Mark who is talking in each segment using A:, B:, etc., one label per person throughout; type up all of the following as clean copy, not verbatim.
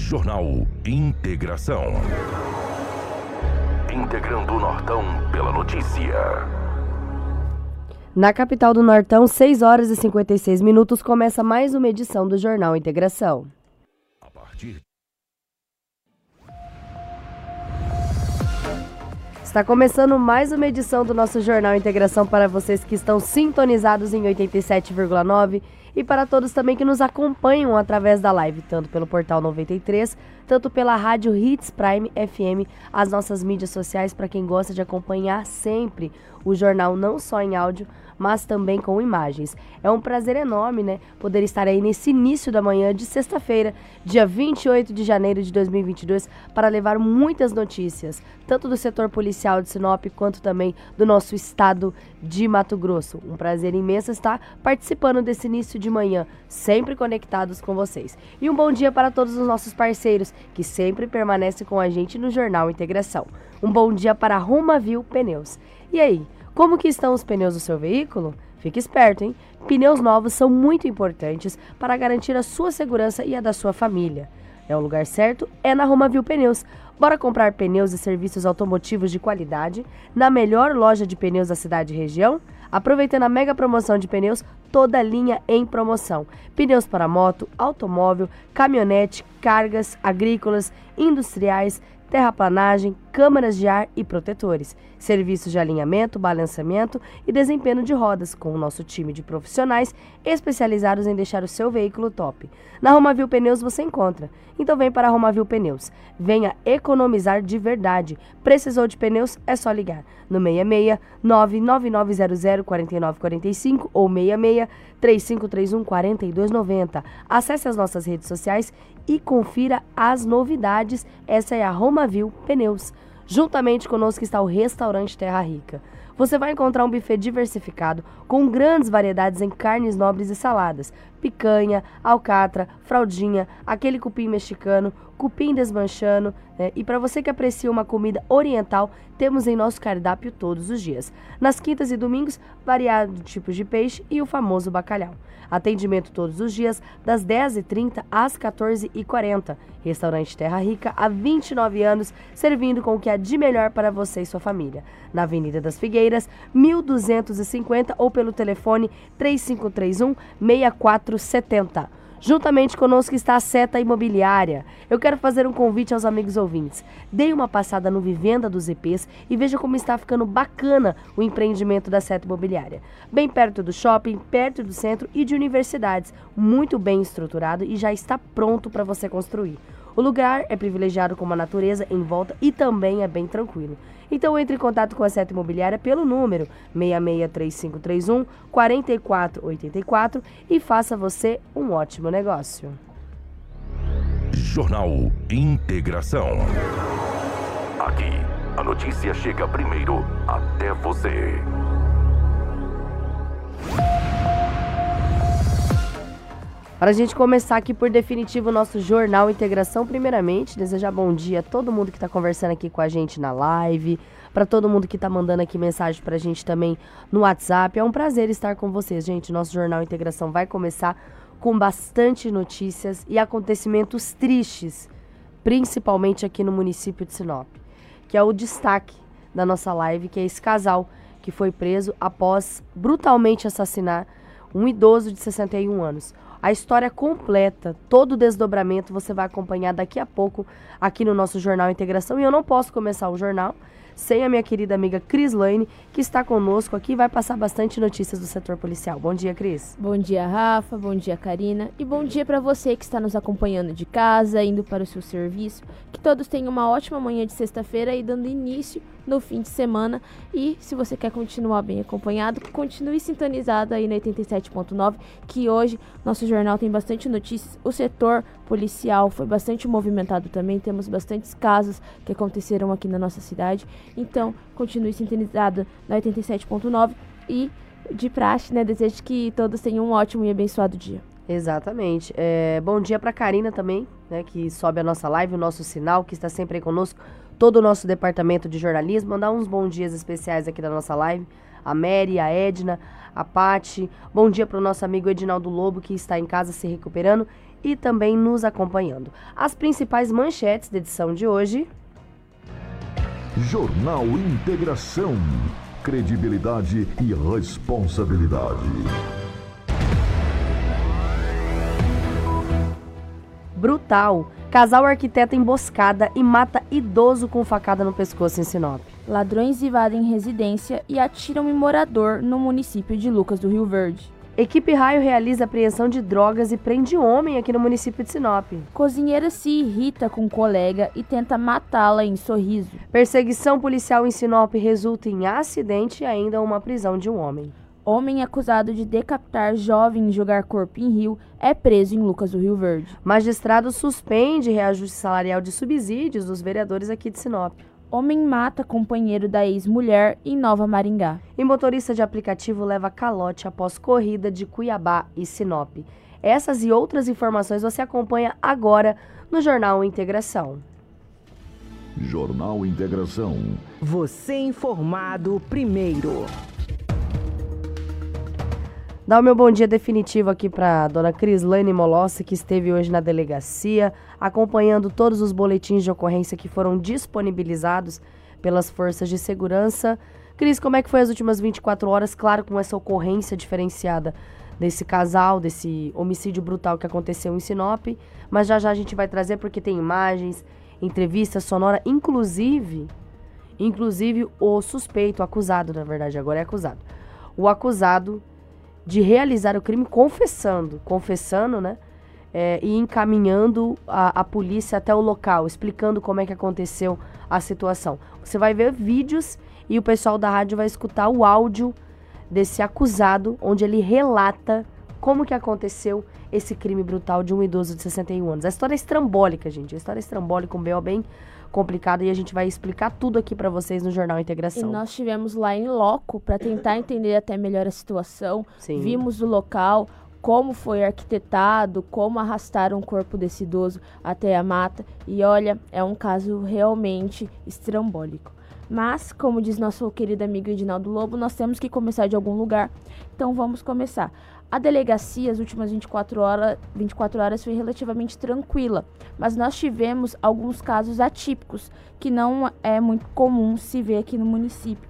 A: Jornal Integração. Integrando o Nortão pela notícia.
B: Na capital do Nortão, 6 horas e 56 minutos, começa mais uma edição do Jornal Integração. Está começando mais uma edição do nosso Jornal Integração para vocês que estão sintonizados em 87,9 e para todos também que nos acompanham através da live, tanto pelo Portal 93, tanto pela Rádio Hits Prime FM, as nossas mídias sociais, para quem gosta de acompanhar sempre o jornal, não só em áudio, mas também com imagens. É um prazer enorme, né, poder estar aí nesse início da manhã de sexta-feira, dia 28 de janeiro de 2022, para levar muitas notícias, tanto do setor policial de Sinop, quanto também do nosso estado de Mato Grosso. Um prazer imenso estar participando desse início de manhã, sempre conectados com vocês. E um bom dia para todos os nossos parceiros, que sempre permanecem com a gente no Jornal Integração. Um bom dia para a Romavil Pneus. E aí, como que estão os pneus do seu veículo? Fique esperto, hein? Pneus novos são muito importantes para garantir a sua segurança e a da sua família. O lugar certo é na Romavil Pneus. Bora comprar pneus e serviços automotivos de qualidade na melhor loja de pneus da cidade e região? Aproveitando a mega promoção de pneus, toda a linha em promoção. Pneus para moto, automóvel, caminhonete, cargas, agrícolas, industriais, terraplanagem, câmaras de ar e protetores, serviços de alinhamento, balanceamento e desempenho de rodas, com o nosso time de profissionais especializados em deixar o seu veículo top. Na Romavil Pneus você encontra. Então vem para a Romavil Pneus. Venha economizar de verdade. Precisou de pneus? É só ligar no 66 99900 4945 ou 66 3531 4290. Acesse as nossas redes sociais e confira as novidades. Essa é a Romavil Pneus. Juntamente conosco está o Restaurante Terra Rica. Você vai encontrar um buffet diversificado com grandes variedades em carnes nobres e saladas, picanha, alcatra, fraldinha, aquele cupim mexicano, cupim desmanchando, né? E para você que aprecia uma comida oriental, temos em nosso cardápio todos os dias. Nas quintas e domingos, variados tipos de peixe e o famoso bacalhau. Atendimento todos os dias, das 10h30 às 14h40. Restaurante Terra Rica, há 29 anos, servindo com o que há de melhor para você e sua família. Na Avenida das Figueiras, 1250 ou pelo telefone 3531-6470. Juntamente conosco está a Seta Imobiliária. Eu quero fazer um convite aos amigos ouvintes. Dê uma passada no Vivenda dos EPs e veja como está ficando bacana o empreendimento da Seta Imobiliária. Bem perto do shopping, perto do centro e de universidades. Muito bem estruturado e já está pronto para você construir. O lugar é privilegiado com uma natureza em volta e também é bem tranquilo. Então entre em contato com a Seta Imobiliária pelo número 663531 4484 e faça você um ótimo negócio.
A: Jornal Integração. Aqui, a notícia chega primeiro até você.
B: Para a gente começar aqui por definitivo o nosso Jornal Integração, primeiramente, desejar bom dia a todo mundo que está conversando aqui com a gente na live, para todo mundo que está mandando aqui mensagem para a gente também no WhatsApp. É um prazer estar com vocês, gente. Nosso Jornal Integração vai começar com bastante notícias e acontecimentos tristes, principalmente aqui no município de Sinop, que é o destaque da nossa live, que é esse casal que foi preso após brutalmente assassinar um idoso de 61 anos. A história completa, todo o desdobramento, você vai acompanhar daqui a pouco aqui no nosso Jornal Integração. E eu não posso começar o jornal sem a minha querida amiga Cris Lane, que está conosco aqui e vai passar bastante notícias do setor policial. Bom dia, Cris.
C: Bom dia, Rafa. Bom dia, Karina. E bom dia para você que está nos acompanhando de casa, indo para o seu serviço. Que todos tenham uma ótima manhã de sexta-feira e dando início no fim de semana. E se você quer continuar bem acompanhado, continue sintonizado aí na 87.9, que hoje nosso jornal tem bastante notícias. O setor policial foi bastante movimentado também, temos bastantes casos que aconteceram aqui na nossa cidade. Então, continue sintonizado na 87.9 e, de praxe, né, desejo que todos tenham um ótimo e abençoado dia.
B: Exatamente. Bom dia para a Karina também, né, que sobe a nossa live, o nosso sinal, que está sempre aí conosco, todo o nosso departamento de jornalismo. Mandar uns bons dias especiais aqui da nossa live. A Mary, a Edna, a Pati. Bom dia para o nosso amigo Edinaldo Lobo, que está em casa se recuperando. e também nos acompanhando. As principais manchetes da edição de hoje.
D: Jornal Integração. Credibilidade e responsabilidade.
B: Brutal. Casal arquiteta emboscada e mata idoso com facada no pescoço em Sinop.
C: Ladrões invadem residência e atiram em morador no município de Lucas do Rio Verde.
B: Equipe Raio realiza apreensão de drogas e prende homem aqui no município de Sinop.
C: Cozinheira se irrita com colega e tenta matá-la em Sorriso.
B: Perseguição policial em Sinop resulta em acidente e ainda uma prisão de um homem.
C: Homem acusado de decapitar jovem e jogar corpo em rio é preso em Lucas do Rio Verde.
B: Magistrado suspende reajuste salarial de subsídios dos vereadores aqui de Sinop.
C: Homem mata companheiro da ex-mulher em Nova Maringá.
B: E motorista de aplicativo leva calote após corrida de Cuiabá e Sinop. Essas e outras informações você acompanha agora no Jornal Integração.
D: Jornal Integração.
E: Você informado primeiro.
B: Dá o meu bom dia definitivo aqui para dona Crislane Molossi, que esteve hoje na delegacia, acompanhando todos os boletins de ocorrência que foram disponibilizados pelas forças de segurança. Cris, como é que foi as últimas 24 horas? Claro, com essa ocorrência diferenciada desse casal, desse homicídio brutal que aconteceu em Sinop, mas já já a gente vai trazer porque tem imagens, entrevista sonora, inclusive o suspeito, o acusado, na verdade, agora é acusado. O acusado de realizar o crime confessando, né? E encaminhando a polícia até o local, explicando como é que aconteceu a situação. Você vai ver vídeos e o pessoal da rádio vai escutar o áudio desse acusado, onde ele relata como que aconteceu esse crime brutal de um idoso de 61 anos. A história é estrambólica, gente. A história é estrambólica, um B.O. bem complicado, e a gente vai explicar tudo aqui para vocês no Jornal Integração.
C: E nós estivemos lá em loco para tentar entender até melhor a situação.
B: Sim.
C: Vimos o local, como foi arquitetado, como arrastaram o corpo desse idoso até a mata. E olha, é um caso realmente estrambólico. Mas, como diz nosso querido amigo Edinaldo Lobo, nós temos que começar de algum lugar. Então vamos começar. A delegacia, as últimas 24 horas foi relativamente tranquila, mas nós tivemos alguns casos atípicos, que não é muito comum se ver aqui no município.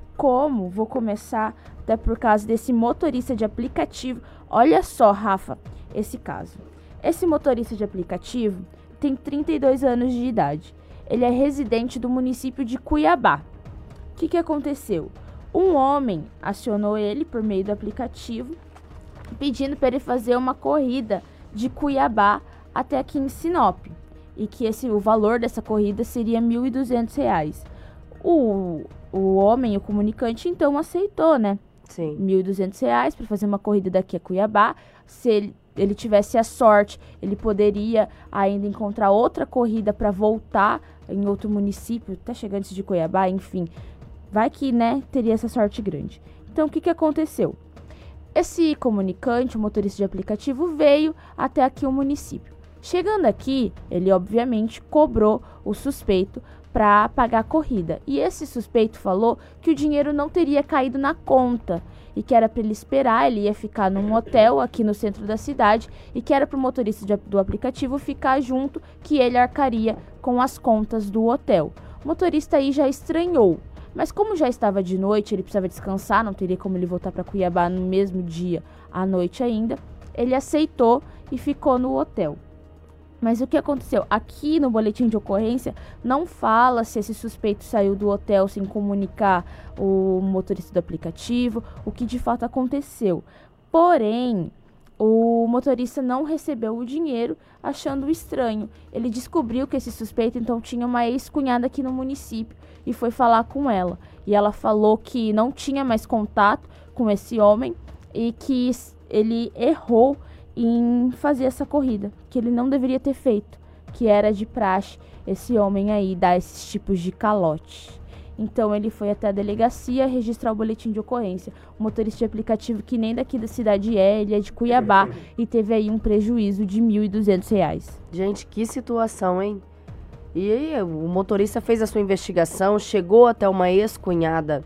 C: Vou começar até por causa desse motorista de aplicativo. Olha só, Rafa, esse caso. Esse motorista de aplicativo tem 32 anos de idade. Ele é residente do município de Cuiabá. O que aconteceu? Um homem acionou ele por meio do aplicativo, pedindo para ele fazer uma corrida de Cuiabá até aqui em Sinop. E que o valor dessa corrida seria R$ 1.200. O homem, o comunicante, então aceitou, né?
B: Sim.
C: R$ 1.200 para fazer uma corrida daqui a Cuiabá. Se ele tivesse a sorte, ele poderia ainda encontrar outra corrida para voltar em outro município, até chegar antes de Cuiabá, enfim. Vai que, né, teria essa sorte grande. Então, o que aconteceu? Esse comunicante, o motorista de aplicativo, veio até aqui o município. Chegando aqui, ele obviamente cobrou o suspeito para pagar a corrida. E esse suspeito falou que o dinheiro não teria caído na conta e que era para ele esperar, ele ia ficar num hotel aqui no centro da cidade e que era para o motorista do aplicativo ficar junto, que ele arcaria com as contas do hotel. O motorista aí já estranhou. Mas como já estava de noite, ele precisava descansar, não teria como ele voltar para Cuiabá no mesmo dia, à noite ainda, ele aceitou e ficou no hotel. Mas o que aconteceu? Aqui no boletim de ocorrência não fala se esse suspeito saiu do hotel sem comunicar o motorista do aplicativo, o que de fato aconteceu. Porém, o motorista não recebeu o dinheiro, achando estranho. Ele descobriu que esse suspeito então tinha uma ex-cunhada aqui no município e foi falar com ela. E ela falou que não tinha mais contato com esse homem e que ele errou em fazer essa corrida, que ele não deveria ter feito, que era de praxe esse homem aí dar esses tipos de calote. Então ele foi até a delegacia registrar o boletim de ocorrência. O motorista de aplicativo, que nem daqui da cidade ele é de Cuiabá e teve aí um prejuízo de R$ 1.200.
B: Gente, que situação, hein? E aí, o motorista fez a sua investigação, chegou até uma ex-cunhada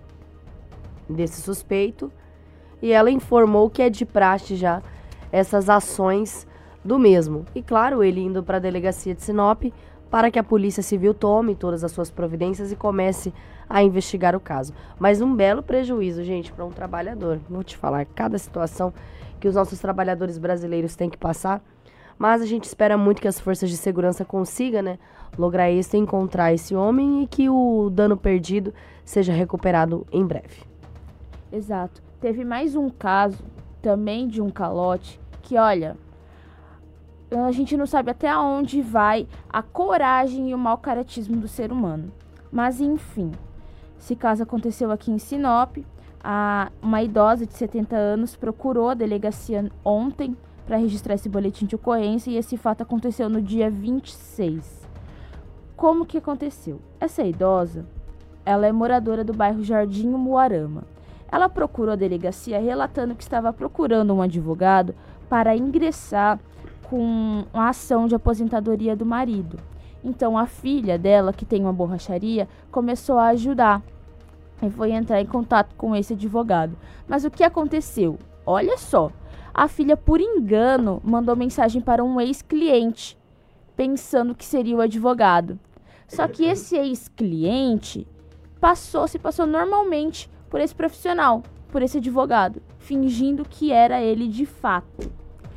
B: desse suspeito e ela informou que é de praxe já essas ações do mesmo. E claro, ele indo para a delegacia de Sinop para que a Polícia Civil tome todas as suas providências e comece a investigar o caso. Mas um belo prejuízo, gente, para um trabalhador. Vou te falar, cada situação que os nossos trabalhadores brasileiros têm que passar. Mas a gente espera muito que as forças de segurança consigam, né, lograr isso, encontrar esse homem e que o dano perdido seja recuperado em breve.
C: Exato. Teve mais um caso, também de um calote, que olha, a gente não sabe até onde vai a coragem e o mau caratismo do ser humano. Mas enfim, esse caso aconteceu aqui em Sinop. Uma idosa de 70 anos procurou a delegacia ontem para registrar esse boletim de ocorrência e esse fato aconteceu no dia 26. Como que aconteceu? Essa idosa, ela é moradora do bairro Jardim Umuarama. Ela procurou a delegacia relatando que estava procurando um advogado para ingressar com a ação de aposentadoria do marido. Então a filha dela, que tem uma borracharia, começou a ajudar e foi entrar em contato com esse advogado. Mas o que aconteceu? Olha só, a filha, por engano, mandou mensagem para um ex-cliente, pensando que seria o advogado. Só que esse ex-cliente se passou normalmente por esse profissional, por esse advogado, fingindo que era ele de fato.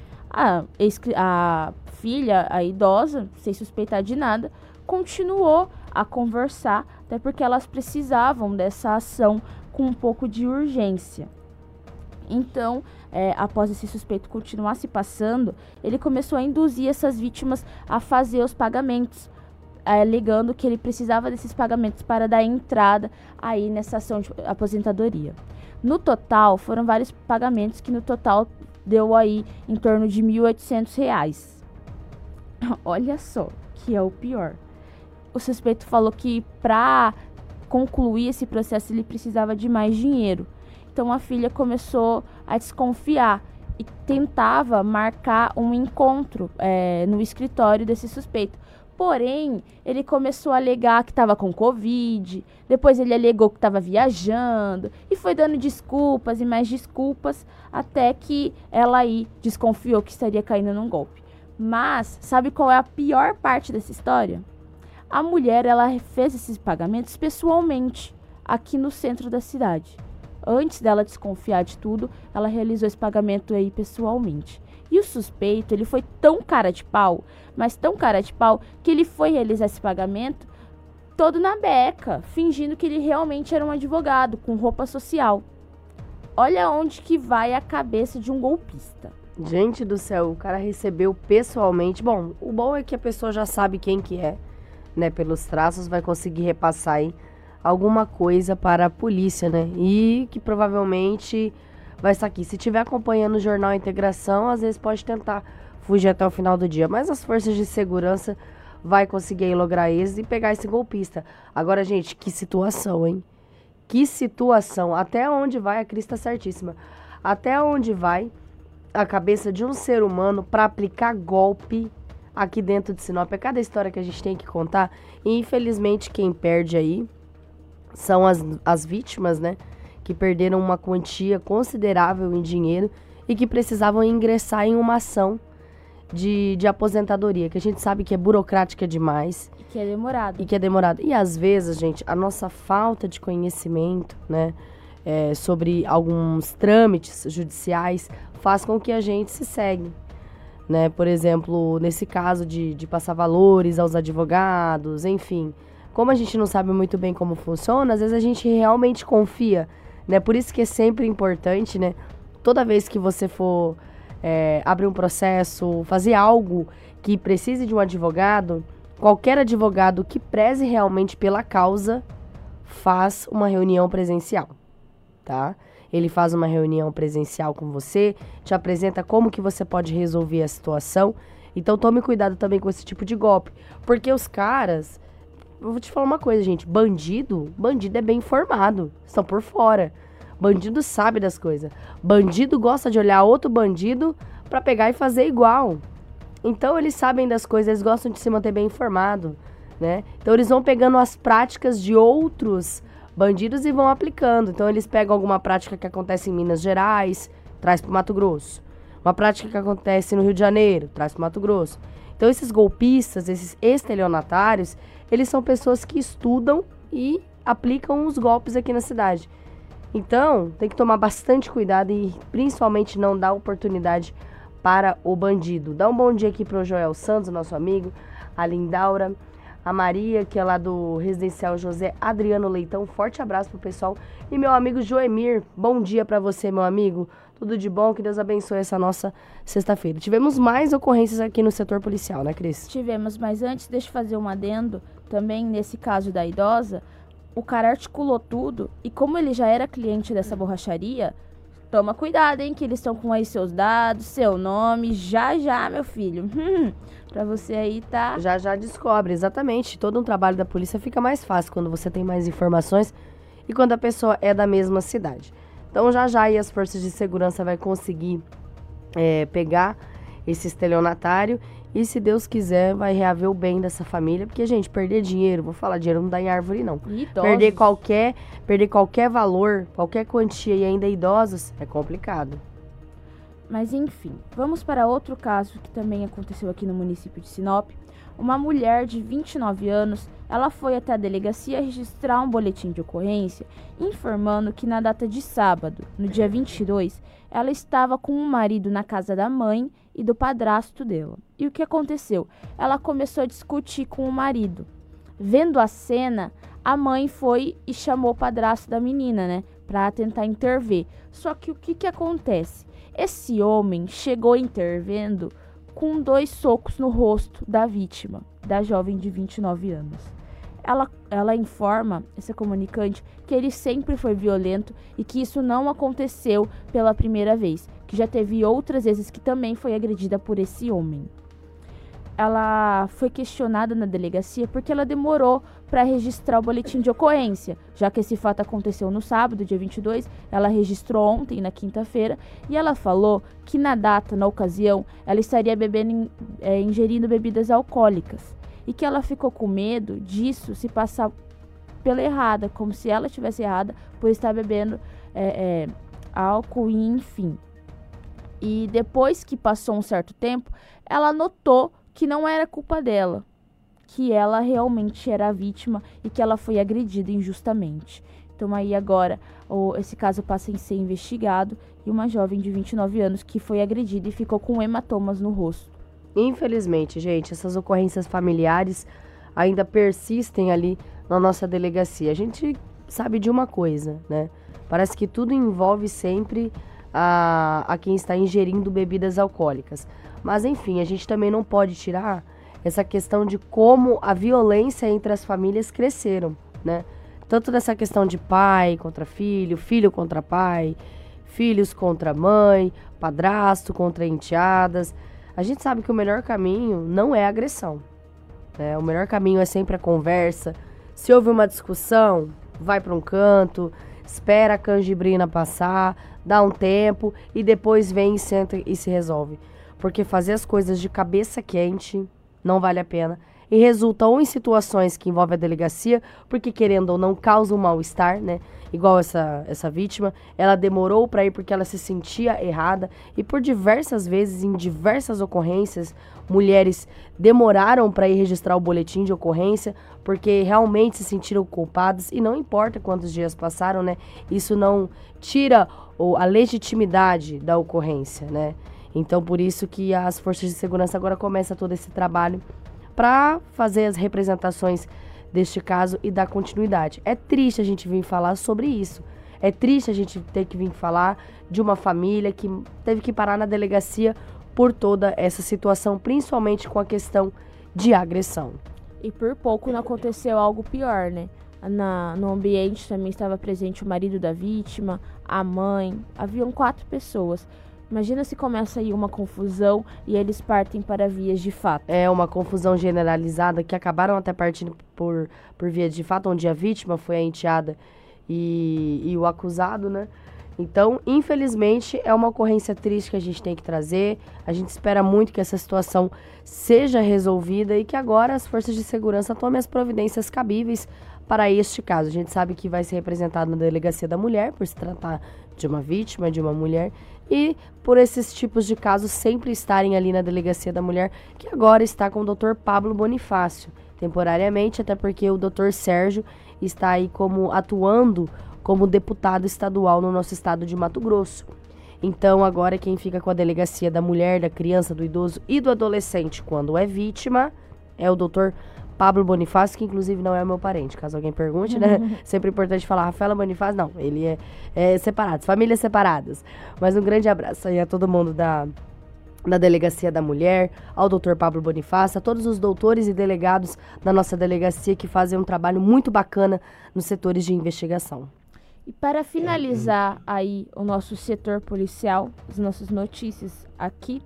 C: A filha, a idosa, sem suspeitar de nada, continuou a conversar, até porque elas precisavam dessa ação com um pouco de urgência. Então, após esse suspeito continuar se passando, ele começou a induzir essas vítimas a fazer os pagamentos, alegando que ele precisava desses pagamentos para dar entrada aí nessa ação de aposentadoria. No total, foram vários pagamentos que no total deu aí em torno de R$ 1.800. Olha só, que é o pior. O suspeito falou que para concluir esse processo ele precisava de mais dinheiro. Então a filha começou a desconfiar e tentava marcar um encontro no escritório desse suspeito. Porém, ele começou a alegar que estava com Covid, depois ele alegou que estava viajando e foi dando desculpas e mais desculpas até que ela aí desconfiou que estaria caindo num golpe. Mas, sabe qual é a pior parte dessa história? A mulher, ela fez esses pagamentos pessoalmente, aqui no centro da cidade. Antes dela desconfiar de tudo, ela realizou esse pagamento aí pessoalmente. E o suspeito, ele foi tão cara de pau, mas tão cara de pau, que ele foi realizar esse pagamento todo na beca, fingindo que ele realmente era um advogado, com roupa social. Olha onde que vai a cabeça de um golpista.
B: Gente do céu, o cara recebeu pessoalmente. Bom, o bom é que a pessoa já sabe quem que é, né? Pelos traços, vai conseguir repassar aí alguma coisa para a polícia, né? E que provavelmente vai estar aqui. Se estiver acompanhando o Jornal Integração, às vezes pode tentar fugir até o final do dia. Mas as forças de segurança vai conseguir aí lograr êxito e pegar esse golpista. Agora, gente, que situação, hein? Que situação. Até onde vai, a Cris tá certíssima. Até onde vai a cabeça de um ser humano para aplicar golpe aqui dentro de Sinop? É cada história que a gente tem que contar. E infelizmente quem perde aí são as vítimas, né? Que perderam uma quantia considerável em dinheiro e que precisavam ingressar em uma ação de aposentadoria, que a gente sabe que é burocrática demais.
C: E que é demorado.
B: E às vezes, gente, a nossa falta de conhecimento, né, sobre alguns trâmites judiciais faz com que a gente se segue, né? Por exemplo, nesse caso de passar valores aos advogados, enfim. Como a gente não sabe muito bem como funciona, às vezes a gente realmente confia, né? Por isso que é sempre importante, né? Toda vez que você for abrir um processo, fazer algo que precise de um advogado, qualquer advogado que preze realmente pela causa faz uma reunião presencial, tá? Ele faz uma reunião presencial com você, te apresenta como que você pode resolver a situação. Então tome cuidado também com esse tipo de golpe, porque os caras... Eu vou te falar uma coisa, gente. Bandido é bem informado. Estão por fora. Bandido sabe das coisas. Bandido gosta de olhar outro bandido pra pegar e fazer igual. Então eles sabem das coisas, eles gostam de se manter bem informado, né? Então eles vão pegando as práticas de outros bandidos e vão aplicando. Então eles pegam alguma prática que acontece em Minas Gerais, traz pro Mato Grosso. Uma prática que acontece no Rio de Janeiro, traz para o Mato Grosso. Então, esses golpistas, esses estelionatários, eles são pessoas que estudam e aplicam os golpes aqui na cidade. Então, tem que tomar bastante cuidado e principalmente não dar oportunidade para o bandido. Dá um bom dia aqui para o Joel Santos, nosso amigo, a Lindaura, a Maria, que é lá do Residencial José Adriano Leitão. Forte abraço pro pessoal. E meu amigo Joemir, bom dia para você, meu amigo. Tudo de bom, que Deus abençoe essa nossa sexta-feira. Tivemos mais ocorrências aqui no setor policial, né, Cris?
C: Tivemos, mas antes, deixa eu fazer um adendo. Também nesse caso da idosa, o cara articulou tudo e como ele já era cliente dessa borracharia, toma cuidado, hein, que eles estão com aí seus dados, seu nome, já, meu filho. Pra você aí, tá?
B: Já descobre, exatamente. Todo um trabalho da polícia fica mais fácil quando você tem mais informações e quando a pessoa é da mesma cidade. Então, já aí as forças de segurança vai conseguir pegar esse estelionatário e, se Deus quiser, vai reaver o bem dessa família. Porque, gente, perder dinheiro, vou falar, dinheiro não dá em árvore, não. Perder qualquer valor, qualquer quantia e ainda idosos, é complicado.
C: Mas, enfim, vamos para outro caso que também aconteceu aqui no município de Sinop. Uma mulher de 29 anos, ela foi até a delegacia registrar um boletim de ocorrência, informando que na data de sábado, no dia 22, ela estava com o marido na casa da mãe e do padrasto dela. E o que aconteceu? Ela começou a discutir com o marido. Vendo a cena, a mãe foi e chamou o padrasto da menina, né, para tentar intervir. Só que o que acontece? Esse homem chegou intervendo com 2 socos no rosto da vítima, da jovem de 29 anos. Ela informa, essa comunicante, que ele sempre foi violento e que isso não aconteceu pela primeira vez, que já teve outras vezes que também foi agredida por esse homem. Ela foi questionada na delegacia porque ela demorou para registrar o boletim de ocorrência, já que esse fato aconteceu no sábado, dia 22, ela registrou ontem, na quinta-feira, e ela falou que na data, na ocasião, ela estaria ingerindo bebidas alcoólicas, e que ela ficou com medo disso se passar pela errada, como se ela estivesse errada por estar bebendo álcool e enfim. E depois que passou um certo tempo, ela notou que não era culpa dela, que ela realmente era a vítima e que ela foi agredida injustamente. Então aí agora esse caso passa a ser investigado e uma jovem de 29 anos que foi agredida e ficou com hematomas no rosto.
B: Infelizmente, gente, essas ocorrências familiares ainda persistem ali na nossa delegacia. A gente sabe de uma coisa, né? Parece que tudo envolve sempre a quem está ingerindo bebidas alcoólicas. Mas, enfim, a gente também não pode tirar essa questão de como a violência entre as famílias cresceram, né? Tanto dessa questão de pai contra filho, filho contra pai, filhos contra mãe, padrasto contra enteadas. A gente sabe que o melhor caminho não é a agressão, né? O melhor caminho é sempre a conversa. Se houve uma discussão, vai para um canto, espera a canjibrina passar, dá um tempo e depois vem, senta e se resolve. Porque fazer as coisas de cabeça quente não vale a pena. E resulta ou em situações que envolvem a delegacia, porque querendo ou não causa um mal-estar, né? Igual essa vítima, ela demorou para ir porque ela se sentia errada. E por diversas vezes, em diversas ocorrências, mulheres demoraram para ir registrar o boletim de ocorrência porque realmente se sentiram culpadas. E não importa quantos dias passaram, né? Isso não tira a legitimidade da ocorrência, né? Então, por isso que as forças de segurança agora começam todo esse trabalho para fazer as representações deste caso e dar continuidade. É triste a gente vir falar sobre isso. É triste a gente ter que vir falar de uma família que teve que parar na delegacia por toda essa situação, principalmente com a questão de agressão.
C: E por pouco não aconteceu algo pior, né? No ambiente também estava presente o marido da vítima, a mãe, haviam 4 pessoas. Imagina se começa aí uma confusão e eles partem para vias de fato. É
B: uma confusão generalizada que acabaram até partindo por vias de fato, onde a vítima foi a enteada e o acusado, né? Então, infelizmente, é uma ocorrência triste que a gente tem que trazer. A gente espera muito que essa situação seja resolvida e que agora as forças de segurança tomem as providências cabíveis para este caso. A gente sabe que vai ser representado na Delegacia da Mulher, por se tratar de uma vítima, de uma mulher, e por esses tipos de casos sempre estarem ali na Delegacia da Mulher, que agora está com o Dr. Pablo Bonifácio, temporariamente, até porque o Dr. Sérgio está aí atuando como deputado estadual no nosso estado de Mato Grosso. Então, agora quem fica com a Delegacia da Mulher, da Criança, do Idoso e do Adolescente quando é vítima é o Dr. Pablo Bonifácio, que inclusive não é meu parente, caso alguém pergunte, né? Sempre importante falar, Rafaela Bonifácio, não, ele é separado, famílias separadas. Mas um grande abraço aí a todo mundo da Delegacia da Mulher, ao Dr. Pablo Bonifácio, a todos os doutores e delegados da nossa delegacia que fazem um trabalho muito bacana nos setores de investigação.
C: E para finalizar aí o nosso setor policial, as nossas notícias aqui,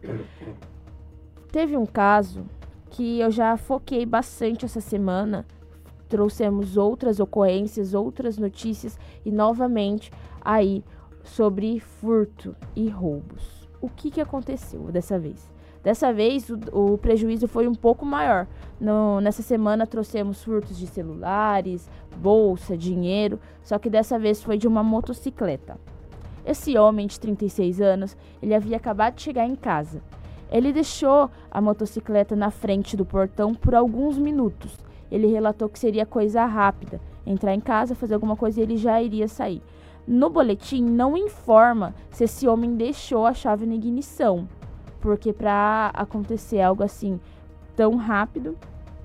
C: teve um caso que eu já foquei bastante essa semana, trouxemos outras ocorrências, outras notícias e novamente aí sobre furto e roubos. O que aconteceu dessa vez? Dessa vez o prejuízo foi um pouco maior. Nessa semana trouxemos furtos de celulares, bolsa, dinheiro, só que dessa vez foi de uma motocicleta. Esse homem de 36 anos, ele havia acabado de chegar em casa. Ele deixou a motocicleta na frente do portão por alguns minutos. Ele relatou que seria coisa rápida, entrar em casa, fazer alguma coisa e ele já iria sair. No boletim não informa se esse homem deixou a chave na ignição, porque para acontecer algo assim tão rápido,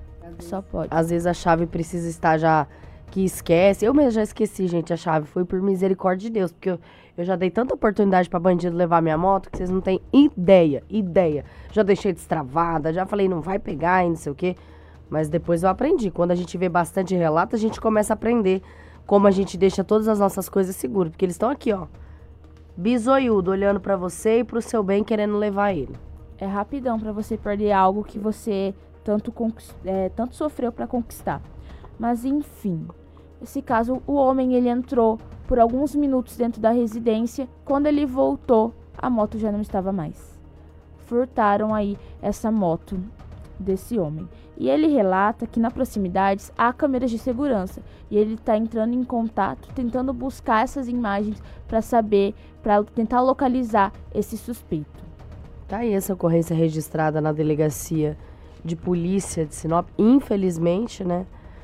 C: só pode.
B: Às vezes a chave precisa estar já, que esquece. Eu mesmo já esqueci, gente, a chave. Foi por misericórdia de Deus, porque eu já dei tanta oportunidade pra bandido levar minha moto que vocês não têm ideia. Já deixei destravada, já falei não vai pegar e não sei o quê. Mas depois eu aprendi. Quando a gente vê bastante relato, a gente começa a aprender como a gente deixa todas as nossas coisas seguras. Porque eles estão aqui, ó, bisoiudo, olhando pra você e pro seu bem, querendo levar ele.
C: É rapidão pra você perder algo que você tanto sofreu pra conquistar. Mas enfim, esse caso, o homem ele entrou por alguns minutos dentro da residência. Quando ele voltou, a moto já não estava mais. Furtaram aí essa moto desse homem. E ele relata que na proximidade há câmeras de segurança. E ele está entrando em contato, tentando buscar essas imagens para saber, para tentar localizar esse suspeito.
B: Tá aí essa ocorrência registrada na Delegacia de Polícia de Sinop. Infelizmente, né?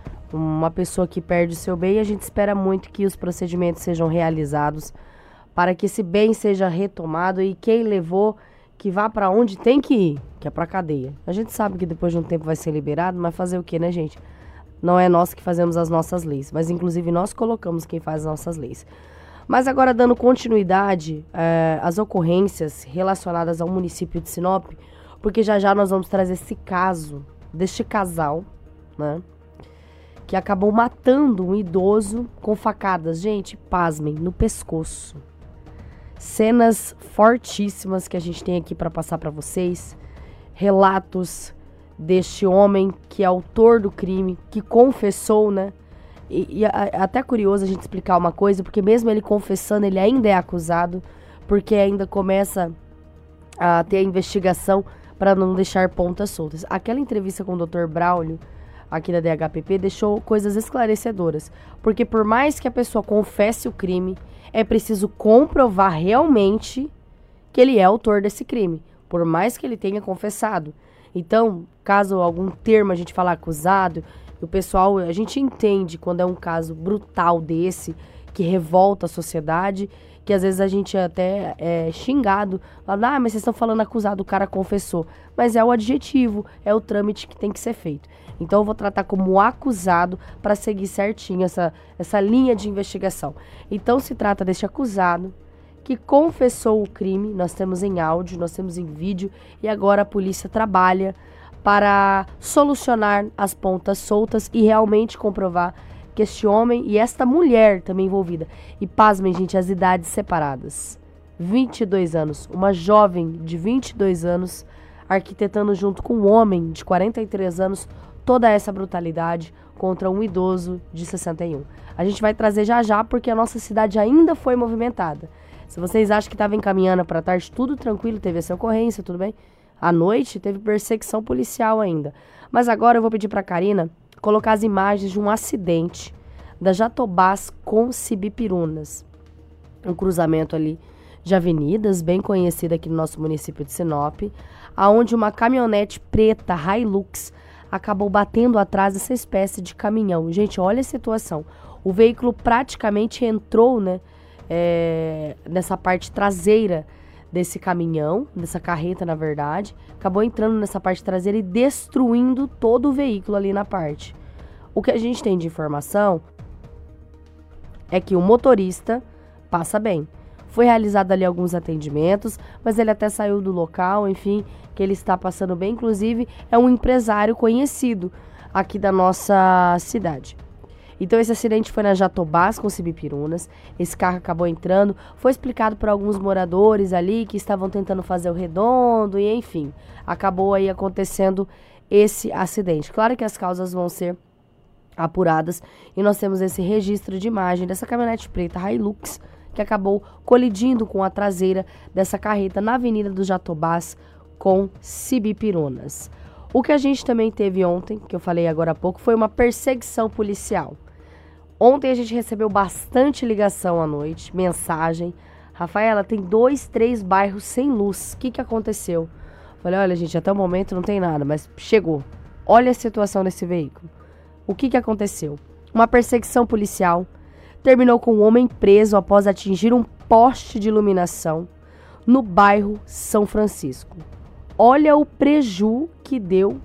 B: Uma pessoa que perde o seu bem, e a gente espera muito que os procedimentos sejam realizados para que esse bem seja retomado e quem levou, que vá para onde tem que ir, que é para cadeia. A gente sabe que depois de um tempo vai ser liberado, mas fazer o quê, né, gente? Não é nós que fazemos as nossas leis, mas inclusive nós colocamos quem faz as nossas leis. Mas agora, dando continuidade às ocorrências relacionadas ao município de Sinop, porque já nós vamos trazer esse caso deste casal, né? Que acabou matando um idoso com facadas, gente, pasmem, no pescoço. Cenas fortíssimas que a gente tem aqui para passar para vocês. Relatos deste homem que é autor do crime, que confessou, né? E até curioso a gente explicar uma coisa, porque mesmo ele confessando, ele ainda é acusado, porque ainda começa a ter a investigação para não deixar pontas soltas. Aquela entrevista com o Dr. Braulio, aqui da DHPP, deixou coisas esclarecedoras. Porque por mais que a pessoa confesse o crime, é preciso comprovar realmente que ele é autor desse crime. Por mais que ele tenha confessado. Então, caso algum termo a gente falar acusado, o pessoal, a gente entende quando é um caso brutal desse, que revolta a sociedade, que às vezes a gente até é xingado, fala, mas vocês estão falando acusado, o cara confessou. Mas é o adjetivo, é o trâmite que tem que ser feito. Então eu vou tratar como acusado para seguir certinho essa linha de investigação. Então se trata deste acusado que confessou o crime, nós temos em áudio, nós temos em vídeo, e agora a polícia trabalha para solucionar as pontas soltas e realmente comprovar que este homem e esta mulher também envolvida. E pasmem, gente, as idades separadas. 22 anos, uma jovem de 22 anos arquitetando junto com um homem de 43 anos toda essa brutalidade contra um idoso de 61. A gente vai trazer já porque a nossa cidade ainda foi movimentada. Se vocês acham que estava encaminhando para tarde, tudo tranquilo, teve essa ocorrência, tudo bem? À noite teve perseguição policial ainda. Mas agora eu vou pedir para a Karina colocar as imagens de um acidente da Jatobás com Cibipirunas. um cruzamento ali de avenidas, bem conhecida aqui no nosso município de Sinop, aonde uma caminhonete preta Hilux acabou batendo atrás dessa espécie de caminhão. Gente, olha a situação. O veículo praticamente entrou, né, nessa parte traseira desse caminhão, dessa carreta, na verdade. Acabou entrando nessa parte traseira e destruindo todo o veículo ali na parte. O que a gente tem de informação é que o motorista passa bem. Foi realizado ali alguns atendimentos, mas ele até saiu do local, enfim, que ele está passando bem. Inclusive, é um empresário conhecido aqui da nossa cidade. Então, esse acidente foi na Jatobás com Cibipirunas. Esse carro acabou entrando. Foi explicado por alguns moradores ali que estavam tentando fazer o redondo e, enfim, acabou aí acontecendo esse acidente. Claro que as causas vão ser apuradas e nós temos esse registro de imagem dessa caminhonete preta Hilux que acabou colidindo com a traseira dessa carreta na Avenida do Jatobás com Cibipirunas. O que a gente também teve ontem, que eu falei agora há pouco, foi uma perseguição policial. Ontem a gente recebeu bastante ligação à noite, mensagem. Rafaela, tem 2, 3 bairros sem luz. O que aconteceu? Falei, olha gente, até o momento não tem nada, mas chegou. Olha a situação desse veículo. O que aconteceu? Uma perseguição policial terminou com um homem preso após atingir um poste de iluminação no bairro São Francisco. Olha o preju que deu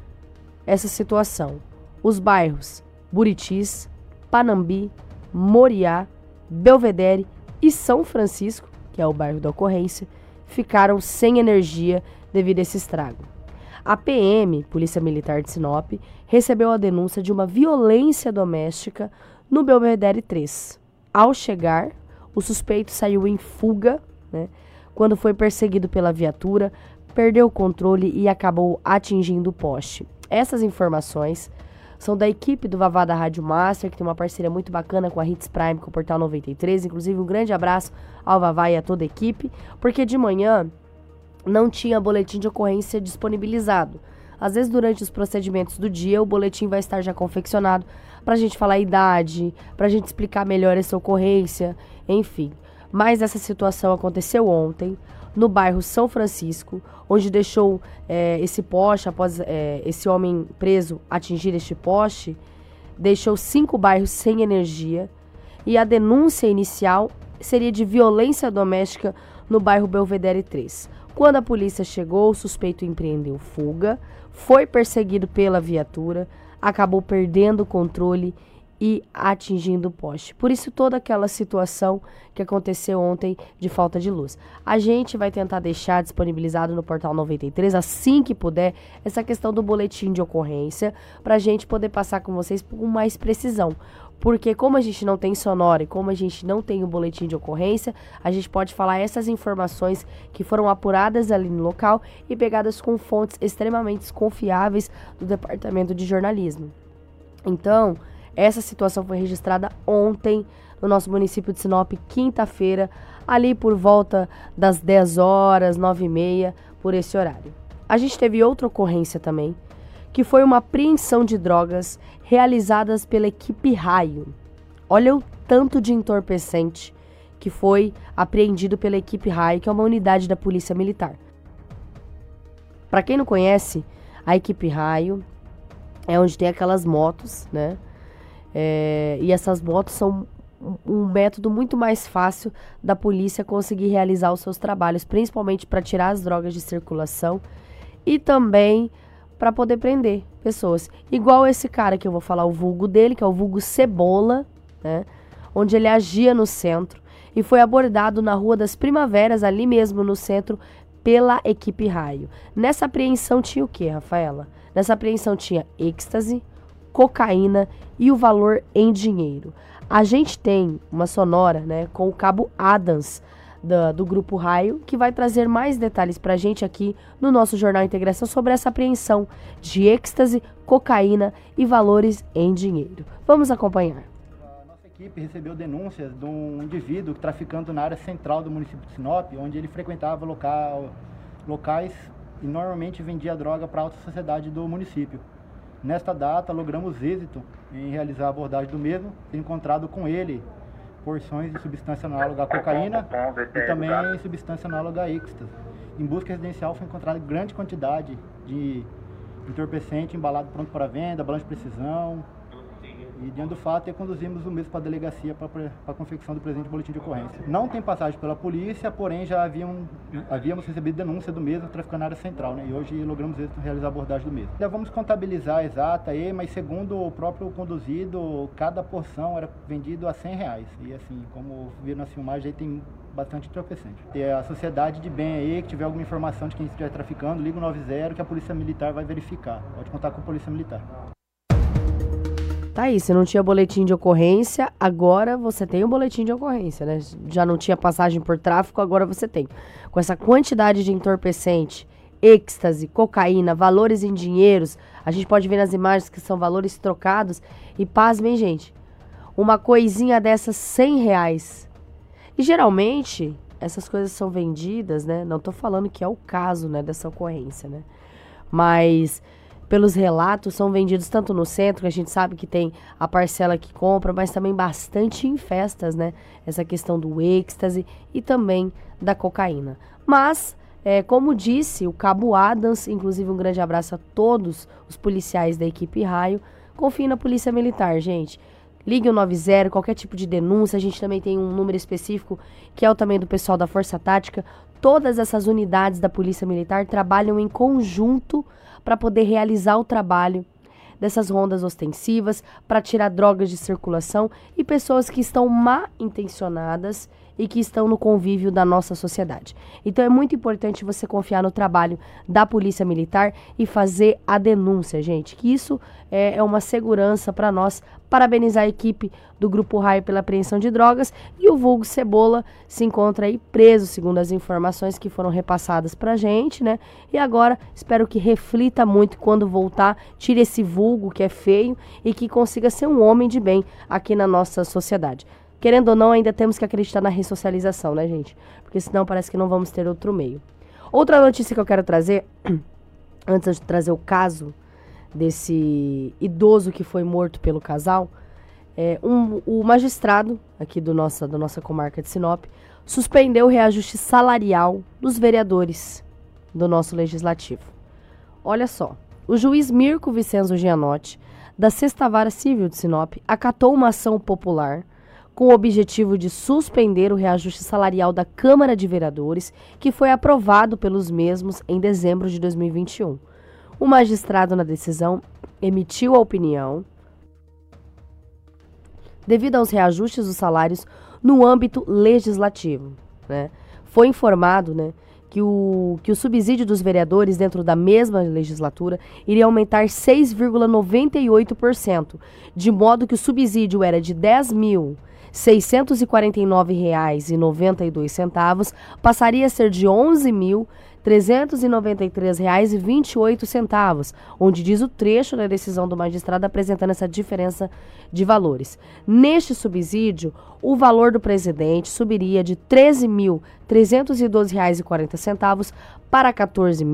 B: essa situação. Os bairros Buritis, Panambi, Moriá, Belvedere e São Francisco, que é o bairro da ocorrência, ficaram sem energia devido a esse estrago. A PM, Polícia Militar de Sinop, recebeu a denúncia de uma violência doméstica no Belvedere 3. Ao chegar, o suspeito saiu em fuga, né, quando foi perseguido pela viatura, perdeu o controle e acabou atingindo o poste. Essas informações são da equipe do Vavá da Rádio Master, que tem uma parceria muito bacana com a Hits Prime, com o Portal 93. Inclusive, um grande abraço ao Vavá e a toda a equipe, porque de manhã não tinha boletim de ocorrência disponibilizado. Às vezes, durante os procedimentos do dia, o boletim vai estar já confeccionado para a gente falar a idade, para a gente explicar melhor essa ocorrência, enfim. Mas essa situação aconteceu ontem, no bairro São Francisco, onde deixou esse poste, após esse homem preso atingir este poste, deixou 5 bairros sem energia, e a denúncia inicial seria de violência doméstica no bairro Belvedere 3. Quando a polícia chegou, o suspeito empreendeu fuga, foi perseguido pela viatura, acabou perdendo o controle e atingindo o poste. Por isso, toda aquela situação que aconteceu ontem de falta de luz. A gente vai tentar deixar disponibilizado no Portal 93, assim que puder, essa questão do boletim de ocorrência, para a gente poder passar com vocês com mais precisão. Porque como a gente não tem sonora e como a gente não tem o boletim de ocorrência, a gente pode falar essas informações que foram apuradas ali no local e pegadas com fontes extremamente confiáveis do Departamento de Jornalismo. Então, essa situação foi registrada ontem no nosso município de Sinop, quinta-feira, ali por volta das 10 horas, 9h30, por esse horário. A gente teve outra ocorrência também, que foi uma apreensão de drogas realizadas pela equipe Raio. Olha o tanto de entorpecente que foi apreendido pela equipe Raio, que é uma unidade da Polícia Militar. Para quem não conhece, a equipe Raio é onde tem aquelas motos, né? E essas motos são um método muito mais fácil da polícia conseguir realizar os seus trabalhos, principalmente para tirar as drogas de circulação e também para poder prender pessoas. Igual esse cara que eu vou falar o vulgo dele, que é o vulgo Cebola, né? Onde ele agia no centro e foi abordado na Rua das Primaveras, ali mesmo no centro, pela equipe Raio. Nessa apreensão tinha o que, Rafaela? Nessa apreensão tinha êxtase, cocaína e o valor em dinheiro. A gente tem uma sonora, né, com o cabo Adams do Grupo Raio, que vai trazer mais detalhes pra gente aqui no nosso Jornal Integração sobre essa apreensão de êxtase, cocaína e valores em dinheiro. Vamos acompanhar.
F: A nossa equipe recebeu denúncias de um indivíduo traficando na área central do município de Sinop, onde ele frequentava locais e normalmente vendia droga para a alta sociedade do município. Nesta data, logramos êxito em realizar a abordagem do mesmo, encontrado com ele porções de substância análoga à cocaína e também substância análoga a êxtase. Em busca residencial foi encontrada grande quantidade de entorpecente embalado pronto para venda, balanço de precisão. E diante do fato, conduzimos o mesmo para a delegacia para a confecção do presente boletim de ocorrência. Não tem passagem pela polícia, porém já havíamos recebido denúncia do mesmo traficando na área central, né? E hoje logramos realizar a abordagem do mesmo. Já vamos contabilizar a exata, mas segundo o próprio conduzido, cada porção era vendido a R$100. E assim, como viram na filmagem, aí tem bastante entorpecente. E a sociedade de bem aí, que tiver alguma informação de quem estiver traficando, liga o 90 que a Polícia Militar vai verificar. Pode contar com a Polícia Militar.
B: Tá aí, se não tinha boletim de ocorrência, agora você tem um boletim de ocorrência, né? Já não tinha passagem por tráfico, agora você tem. Com essa quantidade de entorpecente, êxtase, cocaína, valores em dinheiros, a gente pode ver nas imagens que são valores trocados. E pasmem, gente, uma coisinha dessas R$100. E geralmente, essas coisas são vendidas, né? Não tô falando que é o caso, né, dessa ocorrência, né? Mas pelos relatos, são vendidos tanto no centro, que a gente sabe que tem a parcela que compra, mas também bastante em festas, né? Essa questão do êxtase e também da cocaína. Mas, como disse o Cabo Adams, inclusive um grande abraço a todos os policiais da equipe Raio, confie na Polícia Militar, gente. Ligue o 90, qualquer tipo de denúncia, a gente também tem um número específico, que é o também do pessoal da Força Tática. Todas essas unidades da Polícia Militar trabalham em conjunto para poder realizar o trabalho dessas rondas ostensivas, para tirar drogas de circulação e pessoas que estão mal intencionadas e que estão no convívio da nossa sociedade. Então é muito importante você confiar no trabalho da Polícia Militar e fazer a denúncia, gente, que isso é uma segurança para nós. Parabenizar a equipe do Grupo Raio pela apreensão de drogas, e o vulgo Cebola se encontra aí preso, segundo as informações que foram repassadas pra gente, né? E agora espero que reflita muito quando voltar, tire esse vulgo que é feio e que consiga ser um homem de bem aqui na nossa sociedade. Querendo ou não, ainda temos que acreditar na ressocialização, né, gente? Porque senão parece que não vamos ter outro meio. Outra notícia que eu quero trazer, antes de trazer o caso desse idoso que foi morto pelo casal, o magistrado aqui da nossa comarca de Sinop suspendeu o reajuste salarial dos vereadores do nosso legislativo. Olha só, o juiz Mirko Vicenzo Gianotti, da 6ª Vara Civil de Sinop, acatou uma ação popular com o objetivo de suspender o reajuste salarial da Câmara de Vereadores, que foi aprovado pelos mesmos em dezembro de 2021. O magistrado, na decisão, emitiu a opinião devido aos reajustes dos salários no âmbito legislativo, né? Foi informado, né, que o subsídio dos vereadores dentro da mesma legislatura iria aumentar 6,98%, de modo que o subsídio era de R$ 10.649,92, passaria a ser de R$ 11.393,28, onde diz o trecho da decisão do magistrado apresentando essa diferença de valores. Neste subsídio, o valor do presidente subiria de R$ 13.312,40 para R$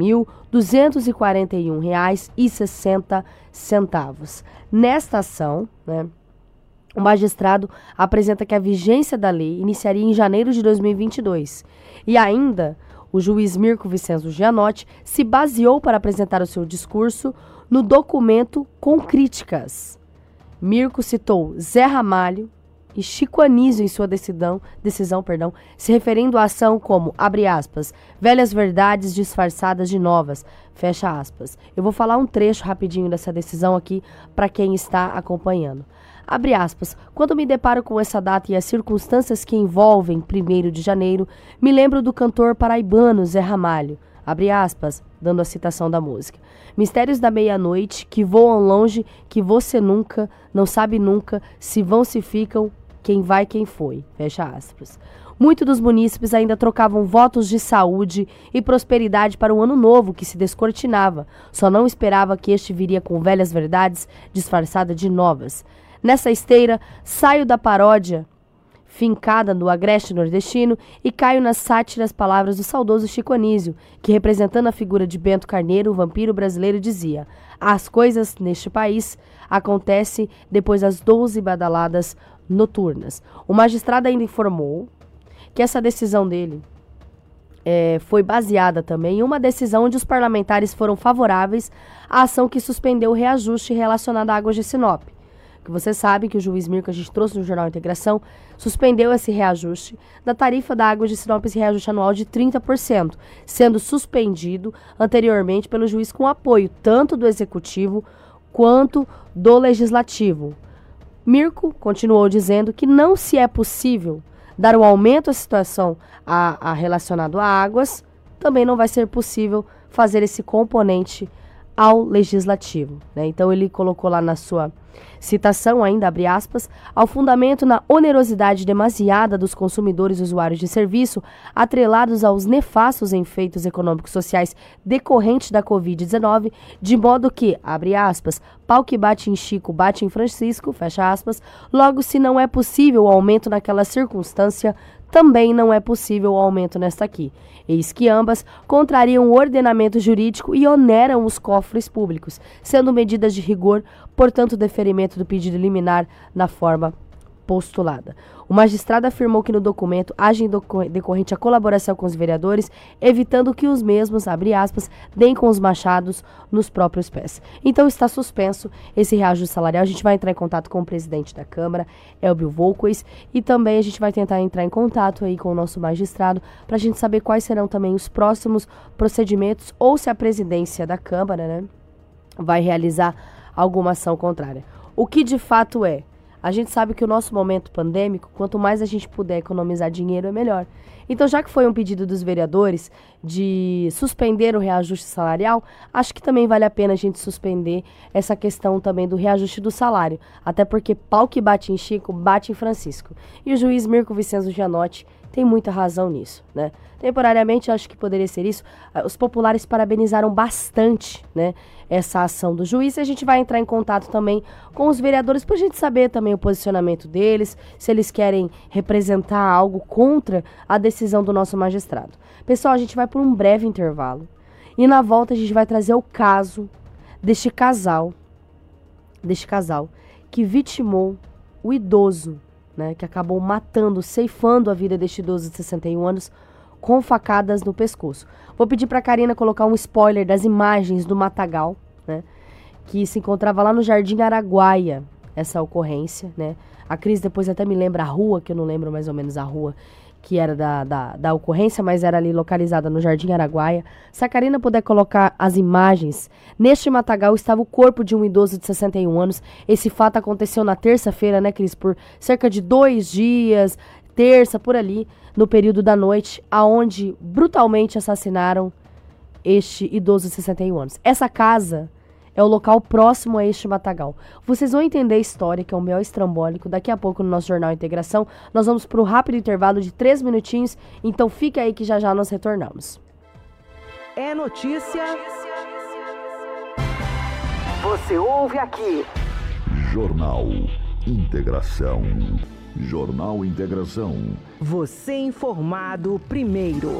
B: 14.241,60. Nesta ação, né, o magistrado apresenta que a vigência da lei iniciaria em janeiro de 2022. E ainda, o juiz Mirko Vicenzo Gianotti se baseou para apresentar o seu discurso no documento com críticas. Mirko citou Zé Ramalho e Chico Anísio em sua decisão, se referindo à ação como, abre aspas, velhas verdades disfarçadas de novas, fecha aspas. Eu vou falar um trecho rapidinho dessa decisão aqui para quem está acompanhando. Abre aspas, quando me deparo com essa data e as circunstâncias que envolvem 1º de janeiro, me lembro do cantor paraibano Zé Ramalho, abre aspas, dando a citação da música. Mistérios da meia-noite, que voam longe, que você nunca, não sabe nunca, se vão, se ficam, quem vai, quem foi, fecha aspas. Muitos dos munícipes ainda trocavam votos de saúde e prosperidade para o ano novo que se descortinava, só não esperava que este viria com velhas verdades disfarçada de novas. Nessa esteira, saio da paródia fincada no agreste nordestino e caio nas sátiras palavras do saudoso Chico Anísio, que, representando a figura de Bento Carneiro, o vampiro brasileiro, dizia: as coisas neste país acontecem depois das 12 badaladas noturnas. O magistrado ainda informou que essa decisão dele foi baseada também em uma decisão onde os parlamentares foram favoráveis à ação que suspendeu o reajuste relacionado à Águas de Sinop. Que você sabe que o juiz Mirko, a gente trouxe no Jornal Integração, suspendeu esse reajuste da tarifa da Águas de Sinop, esse reajuste anual de 30%, sendo suspendido anteriormente pelo juiz com apoio tanto do Executivo quanto do Legislativo. Mirko continuou dizendo que não se é possível dar um aumento à situação relacionado a águas, também não vai ser possível fazer esse componente ao Legislativo, né? Então ele colocou lá na sua citação, ainda abre aspas, ao fundamento na onerosidade demasiada dos consumidores usuários de serviço, atrelados aos nefastos efeitos econômicos sociais decorrentes da Covid-19, de modo que, abre aspas, pau que bate em Chico, bate em Francisco, fecha aspas, logo se não é possível o aumento naquela circunstância, também não é possível o aumento nesta aqui. Eis que ambas contrariam o ordenamento jurídico e oneram os cofres públicos, sendo medidas de rigor, portanto, o deferimento do pedido liminar na forma postulada. O magistrado afirmou que no documento agem decorrente a colaboração com os vereadores, evitando que os mesmos, abre aspas, deem com os machados nos próprios pés. Então está suspenso esse reajuste salarial. A gente vai entrar em contato com o presidente da Câmara, Elbio Volquez, e também a gente vai tentar entrar em contato aí com o nosso magistrado para a gente saber quais serão também os próximos procedimentos ou se a presidência da Câmara, né, vai realizar alguma ação contrária. O que de fato é? A gente sabe que o nosso momento pandêmico, quanto mais a gente puder economizar dinheiro, é melhor. Então, já que foi um pedido dos vereadores de suspender o reajuste salarial, acho que também vale a pena a gente suspender essa questão também do reajuste do salário. Até porque pau que bate em Chico, bate em Francisco. E o juiz Mirko Vicenzo Gianotti tem muita razão nisso, né? Temporariamente, acho que poderia ser isso. Os populares parabenizaram bastante, né, essa ação do juiz. E a gente vai entrar em contato também com os vereadores para a gente saber também o posicionamento deles, se eles querem representar algo contra a decisão do nosso magistrado. Pessoal, a gente vai por um breve intervalo e na volta a gente vai trazer o caso deste casal que vitimou o idoso, né, que acabou matando, ceifando a vida deste idoso de 61 anos com facadas no pescoço. Vou pedir para a Karina colocar um spoiler das imagens do matagal, né, que se encontrava lá no Jardim Araguaia, essa ocorrência, né. A Cris depois até me lembra a rua, que eu não lembro mais ou menos a rua que era da ocorrência, mas era ali localizada no Jardim Araguaia. Se a Karina puder colocar as imagens, neste matagal estava o corpo de um idoso de 61 anos. Esse fato aconteceu na terça-feira, né, Cris? Por cerca de 2 dias, terça, por ali, no período da noite, aonde brutalmente assassinaram este idoso de 61 anos. Essa casa é o local próximo a este matagal. Vocês vão entender a história, que é um B.O. estrambólico, daqui a pouco no nosso Jornal Integração. Nós vamos para o rápido intervalo de 3 minutinhos, então fica aí que já já nós retornamos.
E: É notícia. Você ouve aqui.
D: Jornal Integração. Jornal Integração.
E: Você informado primeiro.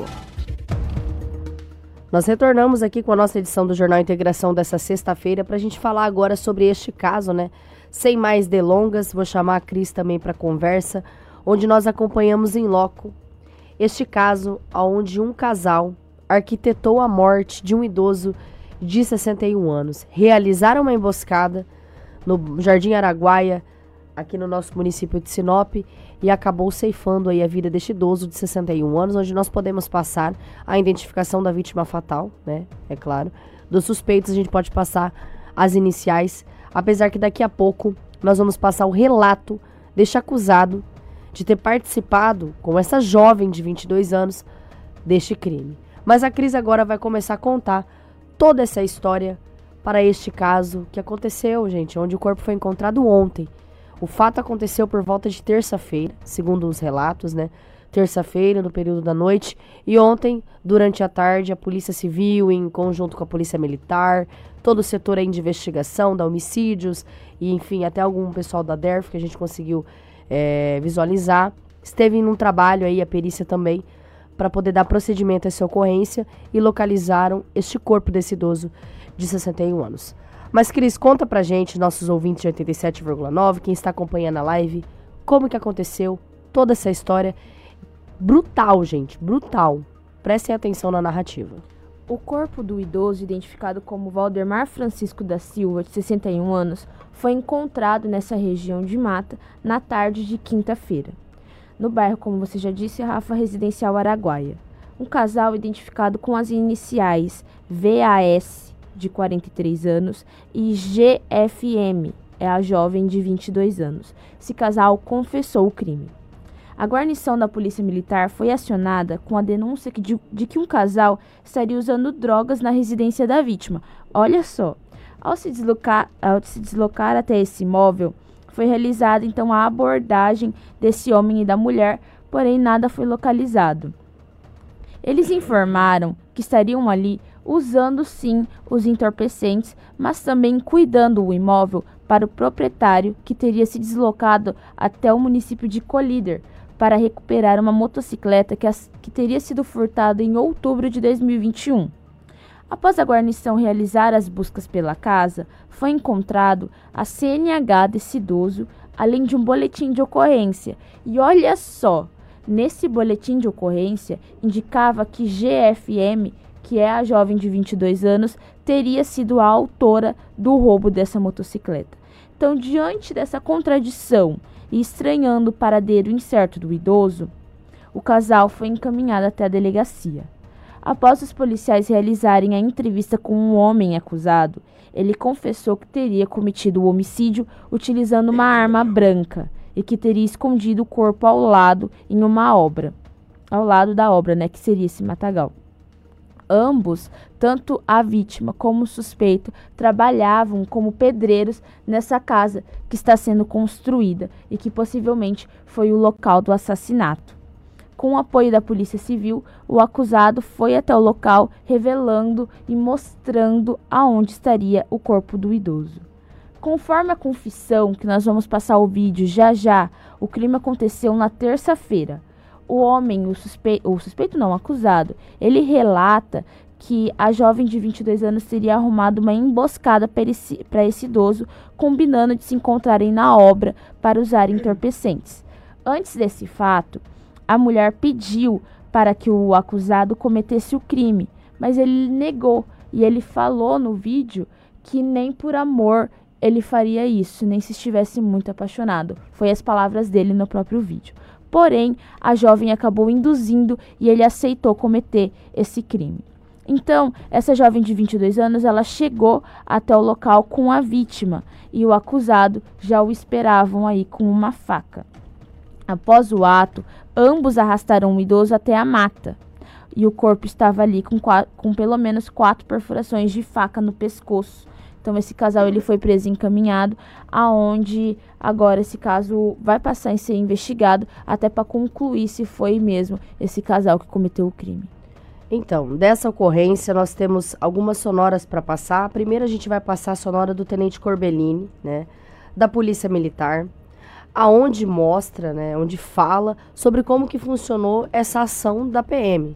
B: Nós retornamos aqui com a nossa edição do Jornal Integração dessa sexta-feira para a gente falar agora sobre este caso, né? Sem mais delongas, vou chamar a Cris também para conversa, onde nós acompanhamos em loco este caso onde um casal arquitetou a morte de um idoso de 61 anos. Realizaram uma emboscada no Jardim Araguaia, aqui no nosso município de Sinop, e acabou ceifando aí a vida deste idoso de 61 anos, onde nós podemos passar a identificação da vítima fatal, né, é claro. Dos suspeitos a gente pode passar as iniciais, apesar que daqui a pouco nós vamos passar o relato deste acusado de ter participado com essa jovem de 22 anos deste crime. Mas a Cris agora vai começar a contar toda essa história para este caso que aconteceu, gente, onde o corpo foi encontrado ontem. O fato aconteceu por volta de terça-feira, segundo os relatos, né? Terça-feira, no período da noite. E ontem, durante a tarde, a Polícia Civil, em conjunto com a Polícia Militar, todo o setor aí de investigação, da homicídios, e enfim, até algum pessoal da DERF que a gente conseguiu visualizar, esteve num trabalho aí, a perícia também, para poder dar procedimento a essa ocorrência e localizaram este corpo desse idoso de 61 anos. Mas, Cris, conta pra gente, nossos ouvintes de 87,9, quem está acompanhando a live, como que aconteceu, toda essa história. Brutal, gente, brutal. Prestem atenção na narrativa.
C: O corpo do idoso, identificado como Valdemar Francisco da Silva, de 61 anos, foi encontrado nessa região de mata na tarde de quinta-feira, no bairro, como você já disse, Rafa, Residencial Araguaia. Um casal identificado com as iniciais VAS, de 43 anos, e GFM, é a jovem de 22 anos. Esse casal confessou o crime. A guarnição da Polícia Militar foi acionada com a denúncia de que um casal estaria usando drogas na residência da vítima. Olha só, ao se deslocar até esse imóvel, foi realizada então a abordagem desse homem e da mulher, porém nada foi localizado. Eles informaram que estariam ali usando sim os entorpecentes, mas também cuidando o imóvel para o proprietário, que teria se deslocado até o município de Colíder para recuperar uma motocicleta que teria sido furtada em outubro de 2021. Após a guarnição realizar as buscas pela casa, foi encontrado a CNH desse idoso, além de um boletim de ocorrência. E olha só, nesse boletim de ocorrência indicava que GFM, que é a jovem de 22 anos, teria sido a autora do roubo dessa motocicleta. Então, diante dessa contradição e estranhando o paradeiro incerto do idoso, o casal foi encaminhado até a delegacia. Após os policiais realizarem a entrevista com um homem acusado, ele confessou que teria cometido o homicídio utilizando uma arma branca e que teria escondido o corpo ao lado da obra, que seria esse matagal. Ambos, tanto a vítima como o suspeito, trabalhavam como pedreiros nessa casa que está sendo construída e que possivelmente foi o local do assassinato. Com o apoio da Polícia Civil, o acusado foi até o local, revelando e mostrando aonde estaria o corpo do idoso. Conforme a confissão, que nós vamos passar o vídeo já, o crime aconteceu na terça-feira. O homem, o acusado, ele relata que a jovem de 22 anos teria arrumado uma emboscada para esse idoso, combinando de se encontrarem na obra para usar entorpecentes. Antes desse fato, a mulher pediu para que o acusado cometesse o crime, mas ele negou e ele falou no vídeo que nem por amor ele faria isso, nem se estivesse muito apaixonado. Foi as palavras dele no próprio vídeo. Porém, a jovem acabou induzindo e ele aceitou cometer esse crime. Então, essa jovem de 22 anos, ela chegou até o local com a vítima e o acusado já o esperavam aí com uma faca. Após o ato, ambos arrastaram o idoso até a mata e o corpo estava ali com pelo menos 4 perfurações de faca no pescoço. Então, esse casal ele foi preso e encaminhado, aonde agora esse caso vai passar a ser investigado até para concluir se foi mesmo esse casal que cometeu o crime.
B: Então, dessa ocorrência, nós temos algumas sonoras para passar. Primeiro, a gente vai passar a sonora do Tenente Corbellini, da Polícia Militar, aonde mostra, onde fala sobre como que funcionou essa ação da PM,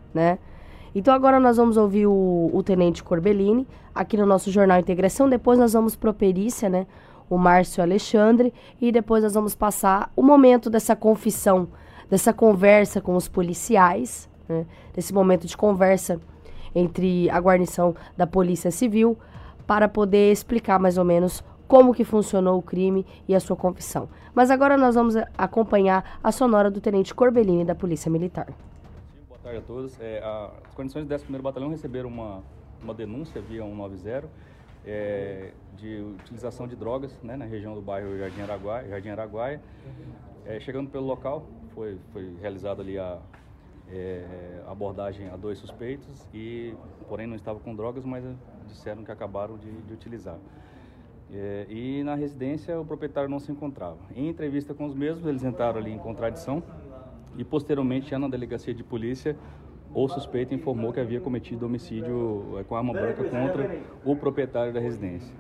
B: Então, agora nós vamos ouvir o Tenente Corbellini aqui no nosso Jornal Integração. Depois nós vamos para a perícia, o Márcio Alexandre. E depois nós vamos passar o momento dessa confissão, dessa conversa com os policiais, desse momento de conversa entre a guarnição da Polícia Civil, para poder explicar mais ou menos como que funcionou o crime e a sua confissão. Mas agora nós vamos acompanhar a sonora do Tenente Corbellini da Polícia Militar.
G: Boa tarde a todos. As condições do 11º Batalhão receberam uma denúncia via 190 de utilização de drogas na região do bairro Jardim Araguaia. Chegando pelo local, foi realizada ali a abordagem a 2 suspeitos, porém não estavam com drogas, mas disseram que acabaram de utilizar. E na residência o proprietário não se encontrava. Em entrevista com os mesmos, eles entraram ali em contradição e posteriormente, já na delegacia de polícia, o suspeito informou que havia cometido homicídio com arma branca contra o proprietário da residência,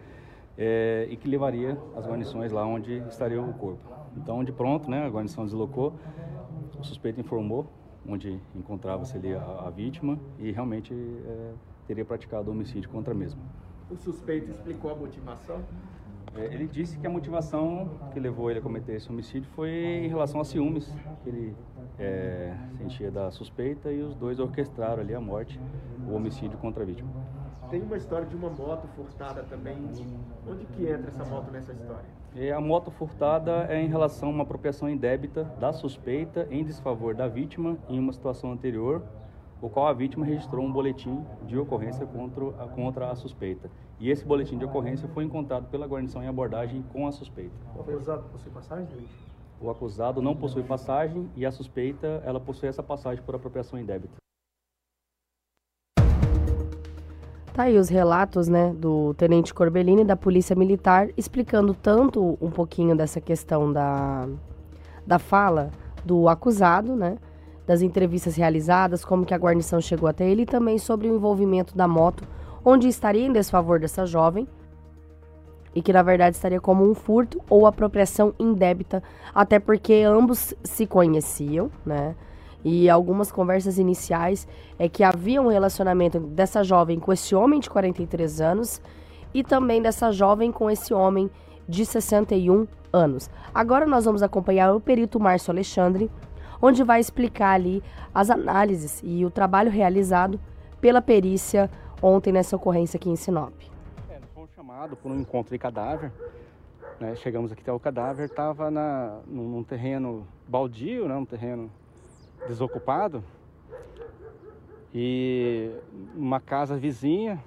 G: e que levaria as guarnições lá onde estaria o corpo. Então, de pronto, a guarnição deslocou, o suspeito informou onde encontrava-se ali a vítima e realmente teria praticado homicídio contra a mesma.
H: O suspeito explicou a motivação?
G: Ele disse que a motivação que levou ele a cometer esse homicídio foi em relação a ciúmes, que ele sentia da suspeita, e os dois orquestraram ali a morte, o homicídio contra a vítima.
H: Tem uma história de uma moto furtada também. Onde que entra essa moto nessa história?
G: A moto furtada é em relação a uma apropriação indébita da suspeita em desfavor da vítima em uma situação anterior, o qual a vítima registrou um boletim de ocorrência contra a suspeita. E esse boletim de ocorrência foi encontrado pela guarnição em abordagem com a suspeita.
H: O acusado possui passagem, Luiz?
G: O acusado não possui passagem e a suspeita, ela possui essa passagem por apropriação indébita.
B: Tá aí os relatos, né, do Tenente Corbellini da Polícia Militar, explicando tanto um pouquinho dessa questão da fala do acusado, né, das entrevistas realizadas, como que a guarnição chegou até ele, e também sobre o envolvimento da moto, onde estaria em desfavor dessa jovem, e que na verdade estaria como um furto ou apropriação indébita, até porque ambos se conheciam, né? E algumas conversas iniciais é que havia um relacionamento dessa jovem com esse homem de 43 anos e também dessa jovem com esse homem de 61 anos. Agora nós vamos acompanhar o perito Márcio Alexandre, onde vai explicar ali as análises e o trabalho realizado pela perícia ontem nessa ocorrência aqui em Sinop.
I: Nós fomos chamados por um encontro de cadáver, né? Chegamos aqui até o cadáver, estava num terreno baldio, né? Um terreno desocupado, e uma casa vizinha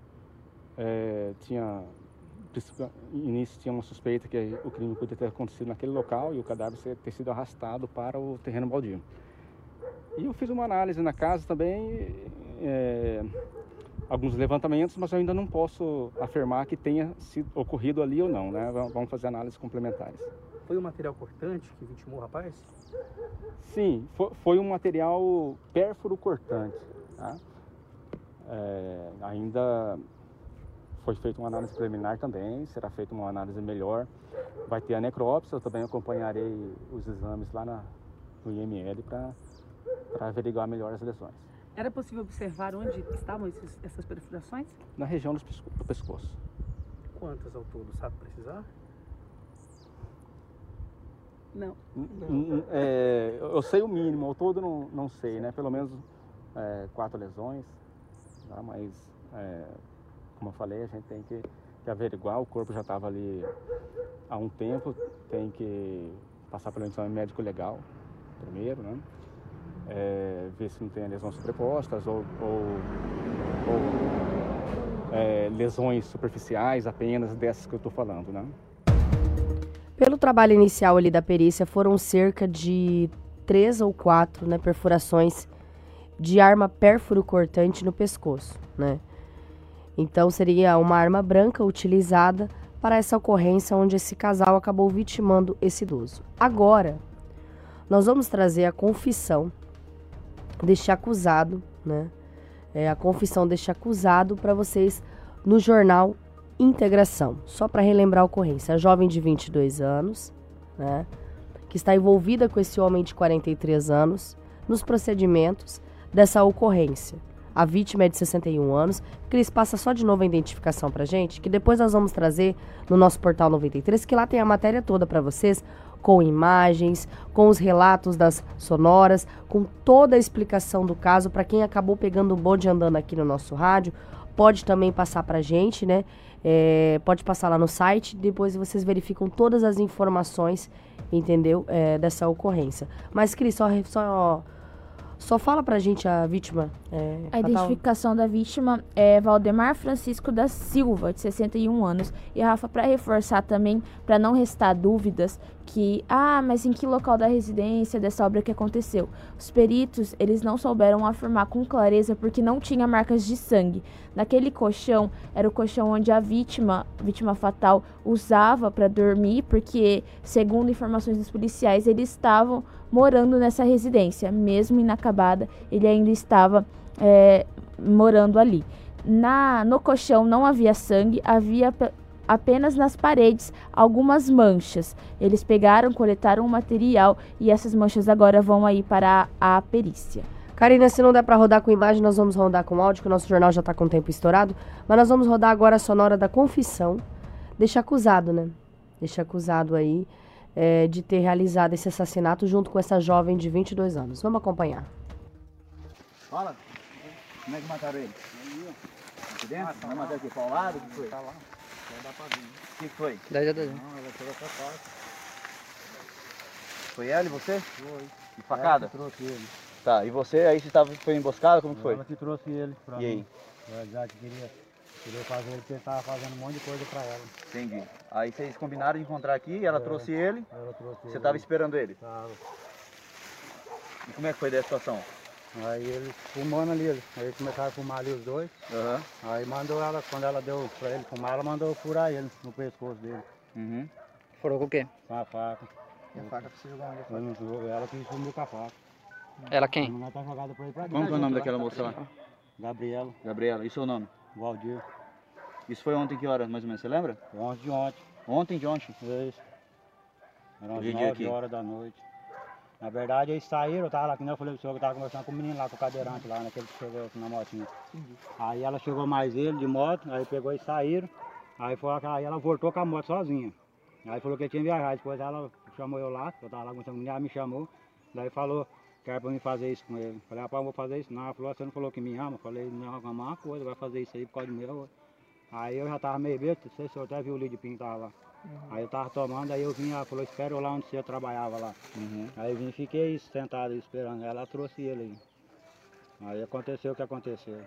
I: início tinha uma suspeita que o crime poderia ter acontecido naquele local e o cadáver ter sido arrastado para o terreno baldio. E eu fiz uma análise na casa também, alguns levantamentos, mas eu ainda não posso afirmar que tenha sido ocorrido ali ou não, né? Vamos fazer análises complementares.
H: Foi um material cortante que vitimou o rapaz?
I: Sim, foi um material pérfuro cortante. Tá? Ainda foi feita uma análise preliminar também, será feita uma análise melhor. Vai ter a necrópsia, eu também acompanharei os exames lá no IML para averiguar melhor as lesões.
J: Era possível observar onde estavam essas perfurações?
I: Na região do pescoço.
H: Quantas ao todo, sabe precisar?
J: Não.
I: Eu sei o mínimo, ao todo não sei, né? Pelo menos 4 lesões, tá? Mas, como eu falei, a gente tem que averiguar, o corpo já estava ali há um tempo, tem que passar pelo exame médico legal primeiro, né? Ver se não tem lesões sobrepostas ou lesões superficiais apenas dessas que eu estou falando, né?
B: Pelo trabalho inicial ali da perícia, foram cerca de 3 ou 4, né, perfurações de arma pérfuro cortante no pescoço, né? Então seria uma arma branca utilizada para essa ocorrência onde esse casal acabou vitimando esse idoso. Agora, nós vamos trazer a confissão deste acusado, né? A confissão deste acusado para vocês no jornal Integração, só para relembrar a ocorrência. A jovem de 22 anos, né, que está envolvida com esse homem de 43 anos nos procedimentos dessa ocorrência. A vítima é de 61 anos. Cris, passa só de novo a identificação pra gente, que depois nós vamos trazer no nosso portal 93, que lá tem a matéria toda para vocês, com imagens, com os relatos das sonoras, com toda a explicação do caso. Para quem acabou pegando o bonde andando aqui no nosso rádio, pode também passar pra gente, né? Pode passar lá no site, depois vocês verificam todas as informações, entendeu? Dessa ocorrência. Mas, Cris, só fala pra gente a vítima.
C: A identificação da vítima é Valdemar Francisco da Silva, de 61 anos. E, Rafa, para reforçar também, para não restar dúvidas, mas em que local da residência dessa obra que aconteceu? Os peritos, eles não souberam afirmar com clareza porque não tinha marcas de sangue. Naquele colchão, era o colchão onde a vítima fatal, usava para dormir, porque, segundo informações dos policiais, eles estavam morando nessa residência. Mesmo inacabada, ele ainda estava morando ali. No colchão não havia sangue, havia apenas nas paredes algumas manchas. Eles coletaram o material e essas manchas agora vão aí para a perícia.
B: Karina, se não der para rodar com imagem, nós vamos rodar com áudio, que o nosso jornal já está com o tempo estourado, mas nós vamos rodar agora a sonora da confissão deste acusado, né? Deste acusado aí de ter realizado esse assassinato junto com essa jovem de 22 anos. Vamos acompanhar.
K: Fala, como é que mataram ele? Aqui dentro? Vai matar aqui paulado? O que foi? Tá lá, dá pra ver. O que foi? Não, ela chegou pra cá. Foi ela e você? Foi. E facada? Ela que trouxe ele. Tá, e você aí foi emboscado? Como que foi?
L: Ela que trouxe ele pra mim.
K: E aí?
L: Eu já queria fazer ele porque ele tava fazendo um monte de coisa pra ela.
K: Entendi. Aí vocês combinaram de encontrar aqui, ela trouxe ele.
L: Ela trouxe ele.
K: Você tava esperando ele?
L: Tava.
K: E como é que foi dessa situação?
L: Aí eles fumando ali, aí começaram a fumar ali os dois.
K: Uhum.
L: Aí mandou ela, quando ela deu pra ele fumar, ela mandou furar ele no pescoço dele.
K: Uhum. Furou com o quê?
L: Com a faca.
K: E a faca você jogou onde?
L: Ele não jogou, ela que sumiu com a faca.
K: Ela quem?
L: A mulher tá jogada pra ele pra
K: Como que é o nome daquela moça lá?
L: Gabriela.
K: Gabriela, e seu nome?
L: Valdir.
K: Isso foi ontem que hora, mais ou menos, você lembra?
L: Ontem de ontem.
K: Ontem de ontem?
L: Isso. Eram
K: Hoje é
L: as
K: dia
L: 9
K: aqui.
L: horas da noite. Na verdade, eles saíram, eu tava lá, que nem eu falei pro senhor, que eu tava conversando com o menino lá, com o cadeirante lá, naquele que chegou na motinha. Aí ela chegou mais ele de moto, aí pegou e saíram. Aí ela voltou com a moto sozinha. Aí falou que tinha viajado, depois ela chamou eu lá, eu tava lá conversando com o menino, ela me chamou. Daí falou que era pra mim fazer isso com ele. Falei, rapaz, eu vou fazer isso. Não, ela falou, você não falou que me ama? Falei, não, ama uma coisa, vai fazer isso aí por causa do meu. Aí eu já tava meio bêbado, não sei se eu até vi o Lídio Pinho tava lá. Aí eu tava tomando, aí eu vim, ela falou, espera eu lá onde você trabalhava lá. Aí eu vim e fiquei sentado esperando, ela trouxe ele aí. Aí aconteceu o que aconteceu.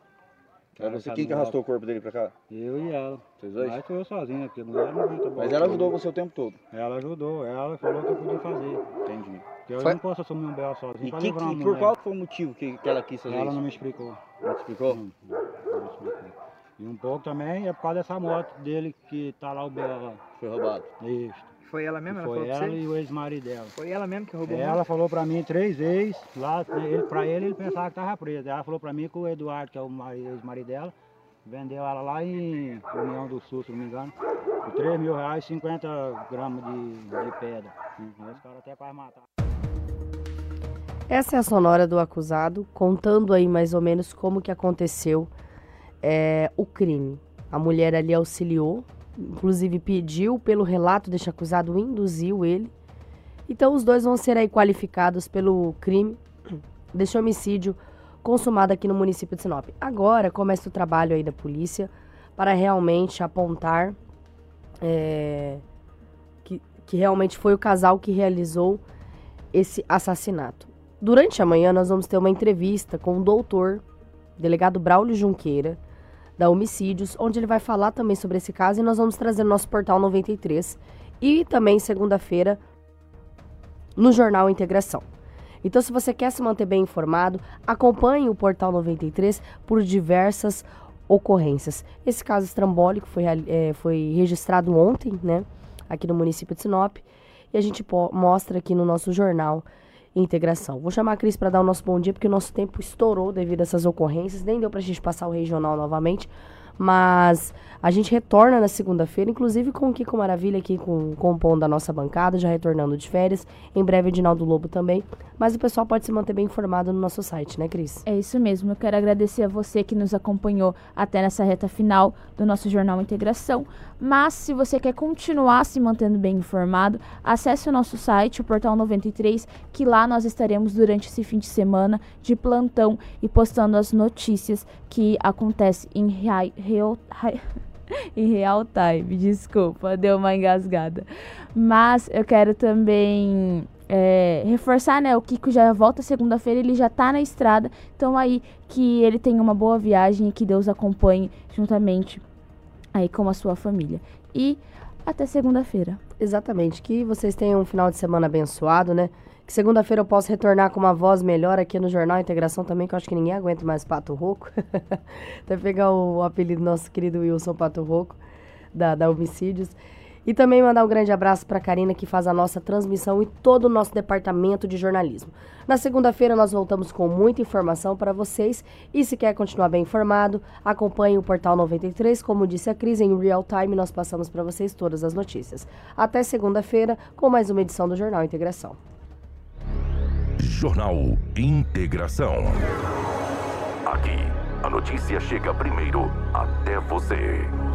K: Quem que arrastou o corpo dele pra cá?
L: Eu e ela.
K: Vocês dois?
L: Mas foi eu sozinho, porque mulher não aguenta.
K: Mas ela ajudou você o tempo todo?
L: Ela ajudou, ela falou que eu podia fazer.
K: Entendi.
L: Porque eu não posso assumir um B.O. sozinho.
K: E por qual foi o motivo que ela quis fazer
L: ela
K: isso?
L: Ela não me explicou.
K: Não te explicou?
L: Não me explicou. E um pouco também é por causa dessa moto dele que tá lá o B.O. lá.
K: Foi roubado?
L: Isso.
M: Foi ela mesmo?
L: Foi ela e o ex-marido dela.
M: Foi ela mesmo que roubou?
L: Ela falou pra mim 3 vezes, lá, pra ele pensava que tava preso. Ela falou pra mim que o Eduardo, que é o ex-marido dela, vendeu ela lá em União do Sul, se não me engano, por R$3.000, 50 gramas de pedra. Os caras até quase mataram.
B: Essa é a sonora do acusado, contando aí mais ou menos como que aconteceu o crime. A mulher ali auxiliou, inclusive pediu pelo relato deste acusado, induziu ele. Então os dois vão ser aí qualificados pelo crime deste homicídio consumado aqui no município de Sinop. Agora começa o trabalho aí da polícia para realmente apontar que realmente foi o casal que realizou esse assassinato. Durante a manhã nós vamos ter uma entrevista com o doutor, delegado Braulio Junqueira, da Homicídios, onde ele vai falar também sobre esse caso e nós vamos trazer no nosso Portal 93 e também segunda-feira no Jornal Integração. Então, se você quer se manter bem informado, acompanhe o Portal 93 por diversas ocorrências. Esse caso estrambólico foi registrado ontem, né, aqui no município de Sinop, e a gente mostra aqui no nosso Jornal Integração. Vou chamar a Cris para dar o nosso bom dia, porque o nosso tempo estourou devido a essas ocorrências, nem deu pra gente passar o regional novamente, mas a gente retorna na segunda-feira, inclusive com o Kiko Maravilha aqui compondo a nossa bancada, já retornando de férias, em breve Edinaldo Lobo também, mas o pessoal pode se manter bem informado no nosso site, né, Cris?
C: É isso mesmo, eu quero agradecer a você que nos acompanhou até nessa reta final do nosso Jornal Integração, mas se você quer continuar se mantendo bem informado, acesse o nosso site, o Portal 93, que lá nós estaremos durante esse fim de semana de plantão e postando as notícias que acontecem em real time, desculpa, deu uma engasgada. Mas eu quero também reforçar, né, o Kiko já volta segunda-feira, ele já tá na estrada, então aí que ele tenha uma boa viagem e que Deus acompanhe juntamente aí com a sua família. E até segunda-feira.
B: Exatamente, que vocês tenham um final de semana abençoado, né? Que segunda-feira eu posso retornar com uma voz melhor aqui no Jornal Integração também, que eu acho que ninguém aguenta mais Pato Rouco. Até pegar o apelido do nosso querido Wilson Pato Rouco, da Homicídios. E também mandar um grande abraço para a Karina, que faz a nossa transmissão e todo o nosso departamento de jornalismo. Na segunda-feira nós voltamos com muita informação para vocês. E se quer continuar bem informado, acompanhe o Portal 93. Como disse a Cris, em real time nós passamos para vocês todas as notícias. Até segunda-feira com mais uma edição do Jornal Integração.
A: Jornal Integração. Aqui, a notícia chega primeiro até você.